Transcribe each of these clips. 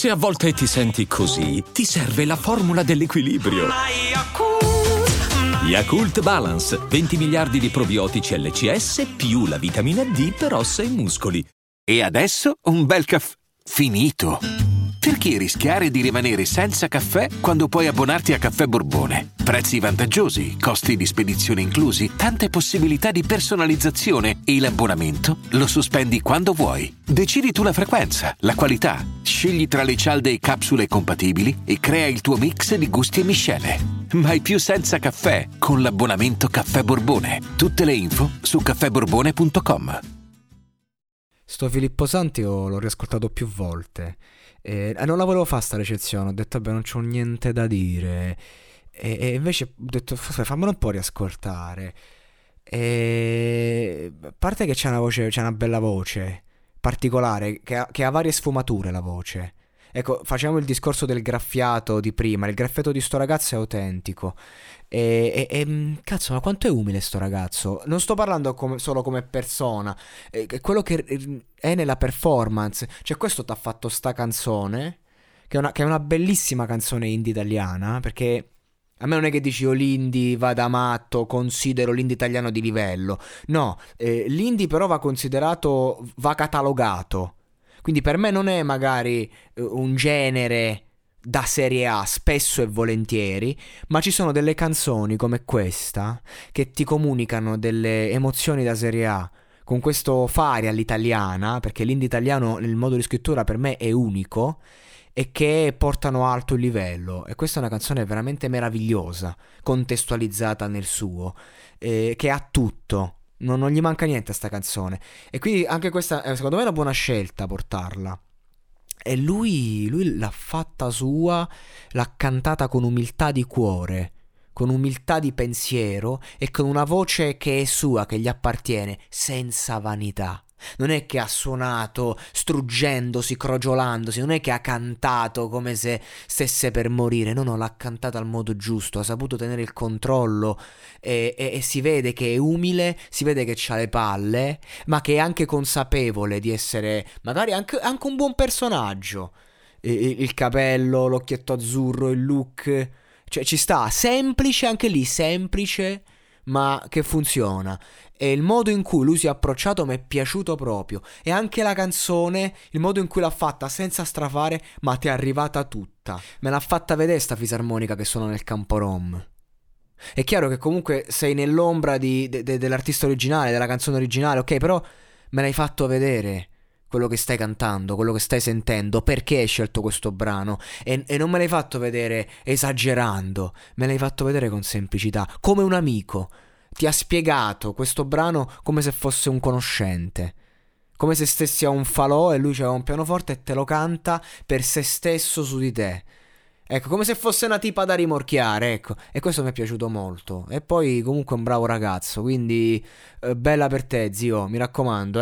Se a volte ti senti così, ti serve la formula dell'equilibrio. Yakult Balance, 20 miliardi di probiotici LCS più la vitamina D per ossa e muscoli. E adesso un bel caffè finito. Perché rischiare di rimanere senza caffè quando puoi abbonarti a Caffè Borbone? Prezzi vantaggiosi, costi di spedizione inclusi, tante possibilità di personalizzazione e l'abbonamento lo sospendi quando vuoi. Decidi tu la frequenza, la qualità, scegli tra le cialde e capsule compatibili e crea il tuo mix di gusti e miscele. Mai più senza caffè con l'abbonamento Caffè Borbone. Tutte le info su caffèborbone.com. Sto Filippo Santi l'ho riascoltato più volte. Non la volevo fare sta recensione, ho detto vabbè non c'ho niente da dire, e invece ho detto fammelo un po' riascoltare. A parte che c'è una voce, c'è una bella voce particolare che ha varie sfumature la voce. Ecco, facciamo il discorso del graffiato di prima. Il graffiato di sto ragazzo è autentico. Cazzo, ma quanto è umile sto ragazzo. Non sto parlando solo come persona, quello che è nella performance. Cioè, questo t'ha fatto sta canzone, che è una bellissima canzone indie italiana. Perché a me non è che dici l'indie va da matto, considero l'indie italiano di livello. No, l'indie però va considerato, va catalogato. Quindi per me non è magari un genere da serie A, spesso e volentieri, ma ci sono delle canzoni come questa che ti comunicano delle emozioni da serie A, con questo fare all'italiana, perché l'indie italiano nel modo di scrittura per me è unico, e che portano alto il livello. E questa è una canzone veramente meravigliosa, contestualizzata nel suo, che ha tutto. Non gli manca niente a sta canzone. E quindi anche questa secondo me è una buona scelta portarla. E lui l'ha fatta sua, l'ha cantata con umiltà di cuore, con umiltà di pensiero e con una voce che è sua, che gli appartiene, senza vanità. Non è che ha suonato struggendosi, crogiolandosi, non è che ha cantato come se stesse per morire. No, l'ha cantata al modo giusto, ha saputo tenere il controllo, e si vede che è umile, si vede che c'ha le palle, ma che è anche consapevole di essere magari anche un buon personaggio. Il capello, l'occhietto azzurro, il look, cioè ci sta, semplice anche lì, semplice, ma che funziona. E il modo in cui lui si è approcciato mi è piaciuto proprio. E anche la canzone, il modo in cui l'ha fatta senza strafare, ma ti è arrivata tutta. Me l'ha fatta vedere sta fisarmonica che suona nel campo rom. È chiaro che comunque sei nell'ombra dell'artista originale, della canzone originale, ok, però me l'hai fatto vedere quello che stai cantando, quello che stai sentendo, perché hai scelto questo brano, e non me l'hai fatto vedere esagerando, me l'hai fatto vedere con semplicità, come un amico. Ti ha spiegato questo brano come se fosse un conoscente, come se stessi a un falò e lui c'aveva un pianoforte e te lo canta per se stesso su di te. Ecco, come se fosse una tipa da rimorchiare, ecco. E questo mi è piaciuto molto. E poi comunque è un bravo ragazzo, quindi bella per te, zio, mi raccomando,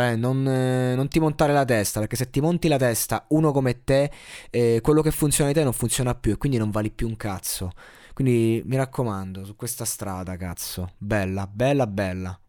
non ti montare la testa, perché se ti monti la testa uno come te, quello che funziona di te non funziona più e quindi non vali più un cazzo. Quindi mi raccomando, su questa strada, cazzo. Bella, bella, bella.